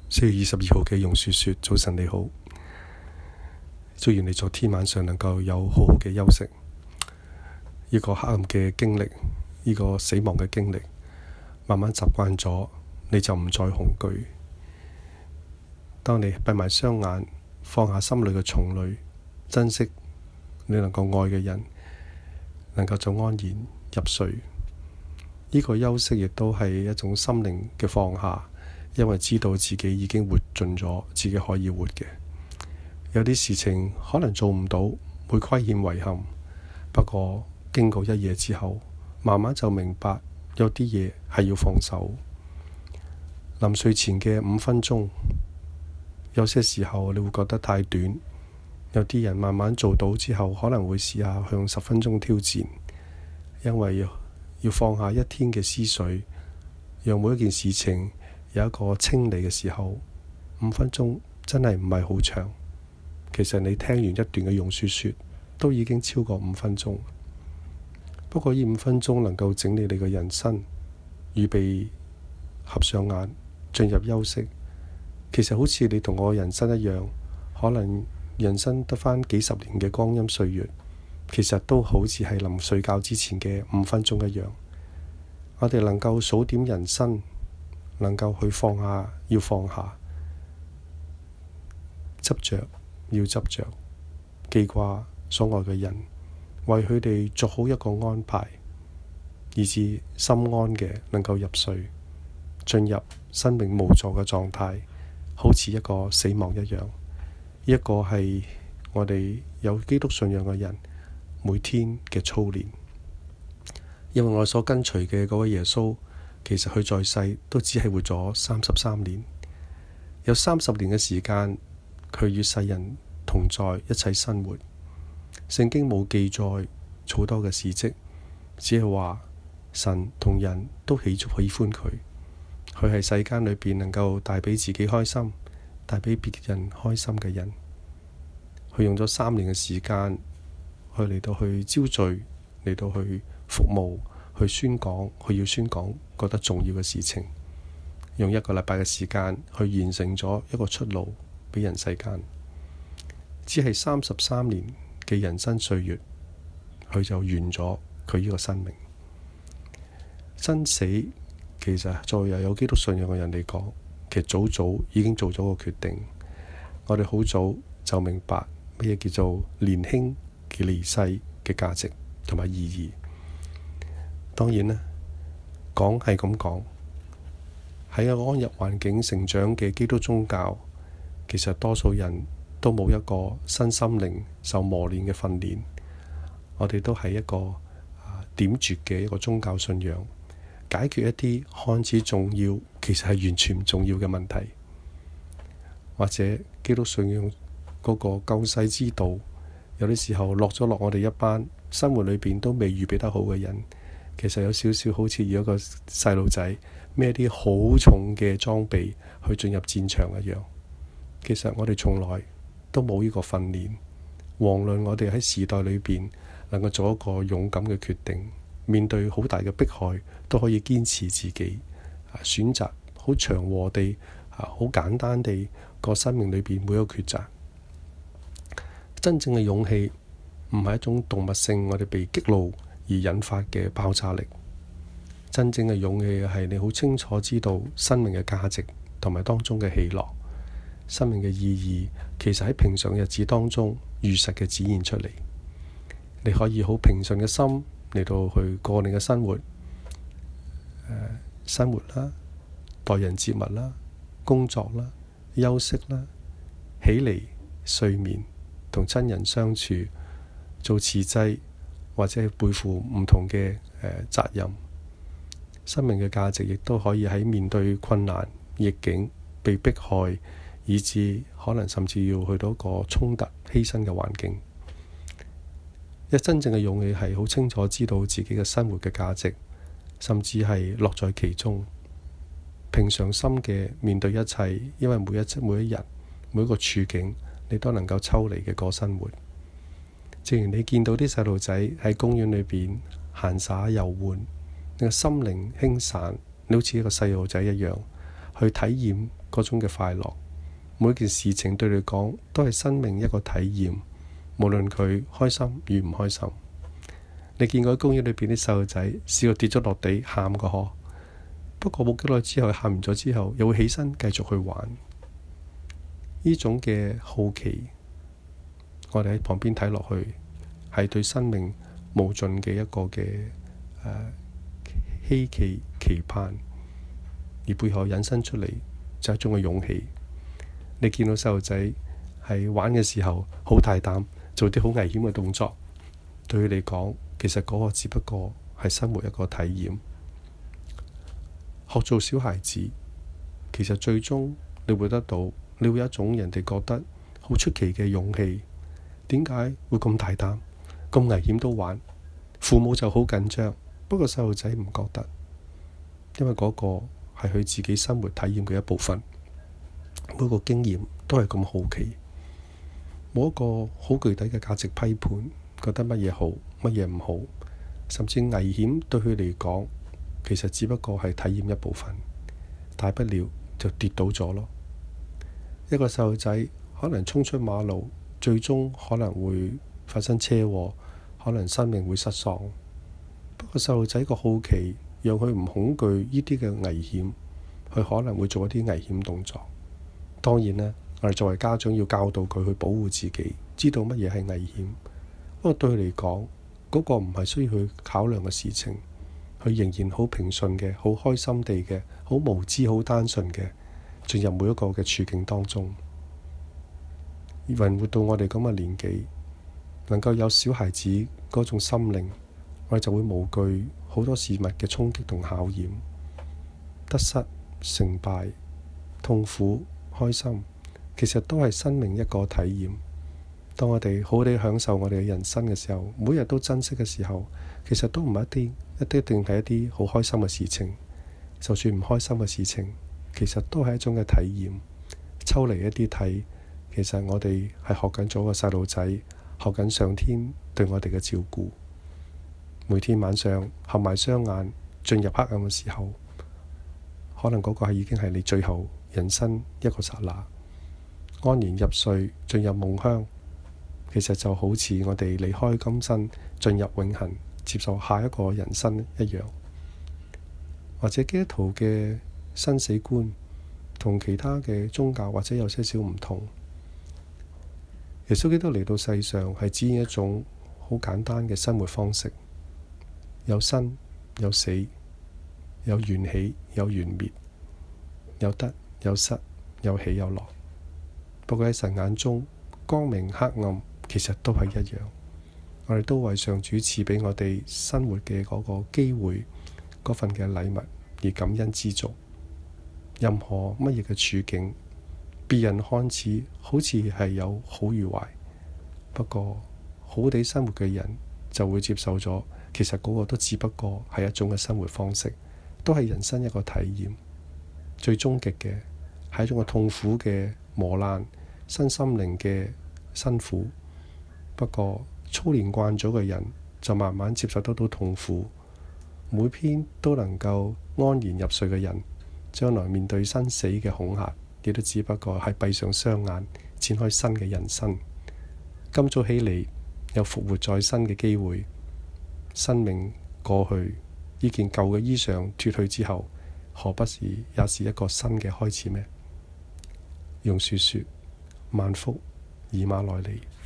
4月22號嘅榕樹說：早晨你好，祝願你昨天晚上能夠有好好嘅休息。呢個黑暗嘅經歷，呢個死亡嘅經歷，慢慢習慣咗，你就唔再恐懼。當你閉埋雙眼，放下心裏嘅重慮，珍惜你能夠愛嘅人，能夠就安然入睡。呢個休息亦都係一種心靈嘅放下，因為知道自己已經活盡咗自己可以活嘅。有啲事情可能做唔到，會虧欠遺憾，不過經過一夜之後，慢慢就明白有啲嘢係要放手。臨睡前嘅5分鐘，有些時候你會覺得太短，有啲人慢慢做到之後，可能會試下向10分鐘挑戰，因為要放下一天嘅思緒，讓每一件事情有一個清理嘅時候，5分鐘真係唔係好長。其實你聽完一段嘅榕樹說，都已經超過5分鐘。不過呢5分鐘能夠整理你嘅人生，預備合上眼進入休息。其實好似你同我人生一樣，可能人生得返幾十年嘅光陰歲月，其實都好似係臨睡覺之前嘅5分鐘一樣。我哋能夠數點人生，能夠去放下，要放下，執着要執着，記掛所愛嘅人，為佢哋做好一個安排，以致心安嘅能夠入睡，進入生命無助嘅狀態，好似一個死亡一樣。一個係我哋有基督信仰嘅人每天嘅操練。因為我所跟隨嘅嗰位耶穌，其實佢在世都只係活咗33年，有30年嘅時間，佢與世人同在一齊生活。聖經冇記載好多嘅事蹟，只係話神同人都喜歡佢。佢係世間裏邊能夠帶俾自己開心，帶俾別人開心嘅人。佢用咗3年嘅時間去嚟到去招聚，嚟到去服務，去宣講，佢要宣講覺得重要嘅事情，用1個禮拜嘅時間去完成咗一個出路俾人世間。只係33年嘅人生歲月，佢就完咗佢呢個生命。生死其實作為有基督信仰嘅人嚟講，其實早已經做咗個決定。我哋好早就明白乜嘢叫做年輕嘅離世嘅價值同埋意義。當然啦，講係咁講，喺一個安逸環境成長嘅基督宗教，其實多數人都冇一個身心靈受磨練嘅訓練。我哋都係一個點綴嘅一個宗教信仰，解決一啲看似重要，其實係完全唔重要嘅問題。或者基督信仰嗰個救世之道，有啲時候落我哋一班生活裏邊都未預備得好嘅人，其實有少少好似要一個細路仔孭啲好重嘅裝備去進入戰場一樣。其實我哋從來都冇呢個訓練。遑論我哋喺時代裏邊能夠做一個勇敢嘅決定，面對好大嘅迫害都可以堅持自己，選擇好祥和地，好簡單地過生命裏邊每一個抉擇。真正嘅勇氣唔係一種動物性我哋被激怒而引發嘅爆炸力。真正嘅勇氣係你好清楚知道生命嘅價值同埋當中嘅喜樂。生命嘅意義其實喺平常日子當中如實嘅展現出嚟。你可以好平順嘅心嚟到去過你嘅生活，生活啦，待人接物啦，工作啦，休息啦，起嚟睡眠，同親人相處，做慈濟或者係背負唔同嘅責任。生命嘅價值亦都可以喺面對困難、逆境、被迫害，以至可能甚至要去到一個衝突、犧牲嘅環境。一真正嘅勇氣係好清楚知道自己嘅生活嘅價值，甚至係樂在其中，平常心嘅面對一切。因為每一日、每一個處境，你都能夠抽離嘅過生活。正如你見到啲細路仔喺公園裏邊閒耍遊玩，你嘅心靈輕散，你好似一個細路仔一樣去體驗嗰種嘅快樂。每件事情對你講都係生命一個體驗，無論佢開心與唔開心。你見過喺公園裏邊啲細路仔試過跌咗落地喊個呵，不過冇幾耐之後喊完咗之後又會起身繼續去玩。呢種嘅好奇，我哋喺旁邊睇落去係對生命無盡嘅一個嘅希冀期盼，而背後引申出嚟就係一種嘅勇氣。你見到細路仔喺玩嘅時候好大膽，做啲好危險嘅動作，對佢嚟講，其實嗰個只不過係生活一個體驗。學做小孩子，其實最終你會得到，你會有一種人哋覺得好出奇嘅勇氣。點解會咁大膽、咁危險都玩？父母就好緊張，不過細路仔唔覺得，因為嗰個係佢自己生活體驗嘅一部分。每個經驗都係咁好奇，冇一個好具體嘅價值批判，覺得乜嘢好，乜嘢唔好，甚至危險對佢嚟講，其實只不過係體驗一部分，大不了就跌倒咗咯。一個細路仔可能衝出馬路，最終可能會發生車禍，可能生命會失喪。不過細路仔個好奇，讓佢唔恐懼呢啲嘅危險，佢可能會做一啲危險動作。當然啦，我哋作為家長要教導佢去保護自己，知道乜嘢係危險。不過對佢嚟講，嗰個唔係需要去考量嘅事情，佢仍然好平順嘅，好開心地嘅，好無知、好單純嘅進入每一個嘅處境當中。人活到我哋咁嘅年紀，能夠有小孩子嗰種心靈，我哋就會無懼好多事物嘅衝擊同考驗，得失、成敗、痛苦、開心，其實都係生命一個體驗。當我哋好好地享受我哋嘅人生嘅時候，每日都珍惜嘅時候，其實都唔係一定係一啲好開心嘅事情。就算唔開心嘅事情，其實都係一種嘅體驗。抽離一啲睇，其實我哋係學緊咗個細路仔，學緊上天對我哋嘅照顧。每天晚上合埋雙眼進入黑暗嘅時候，可能嗰個已經係你最後人生一個剎那，安然入睡，進入夢鄉。其實就好似我哋離開今生，進入永恆，接受下一個人生一樣。或者基督徒嘅生死觀同其他嘅宗教或者有些少唔同。耶穌基督嚟到世上係指現一種好簡單嘅生活方式，有生有死，有緣起有緣滅，有得有失，有喜有樂。不過喺神眼中，光明黑暗其實都係一樣。我哋都為上主賜俾我哋生活嘅嗰個機會，嗰份嘅禮物而感恩知足。任何乜嘢嘅處境，別人看似好似係有好與壞，不過好地生活嘅人就會接受咗，其實嗰個都只不過係一種嘅生活方式，都係人生一個體驗。最終極嘅係一種嘅痛苦嘅磨難，身心靈嘅辛苦。不過操練慣咗嘅人就慢慢接受得到痛苦。每天都能夠安然入睡嘅人，將來面對生死嘅恐嚇，亦都只不過係閉上雙眼，展開新嘅人生。今早起嚟有復活再生嘅機會，生命過去，呢件舊嘅衣裳脫去之後，何不是也是一個新嘅開始咩？用樹說：萬福以馬內利。